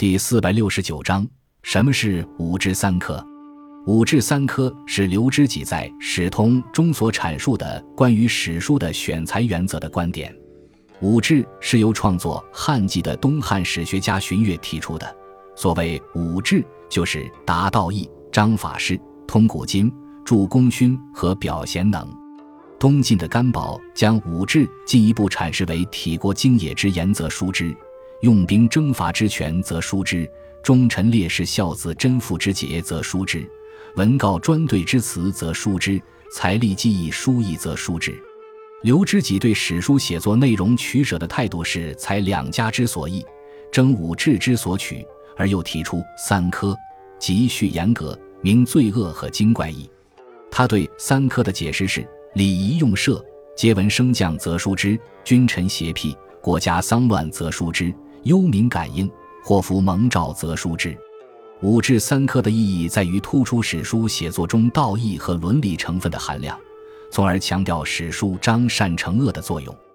第469章，什么是五至三科？五至三科是刘知几在《史通》中所阐述的关于史书的选材原则的观点。五至是由创作汉纪的东汉史学家荀悦提出的。所谓五至，就是达道义、章法事、通古今、著功勋和表贤能。东晋的干宝将五至进一步阐释为体国经野之言则书之，用兵征伐之权则书之，忠臣烈士孝子贞妇之节则书之，文告专对之词则书之，财力技艺书艺则书之。刘知几对史书写作内容取舍的态度是采两家之所异，征五至之所取，而又提出三科，即序严格，明罪恶和经怪异。他对三科的解释是：礼仪用社，节文升降则书之，君臣协辟，国家丧乱则书之，忧民感应，祸福蒙兆则书之。五至三科的意义在于突出史书写作中道义和伦理成分的含量，从而强调史书彰善惩恶的作用。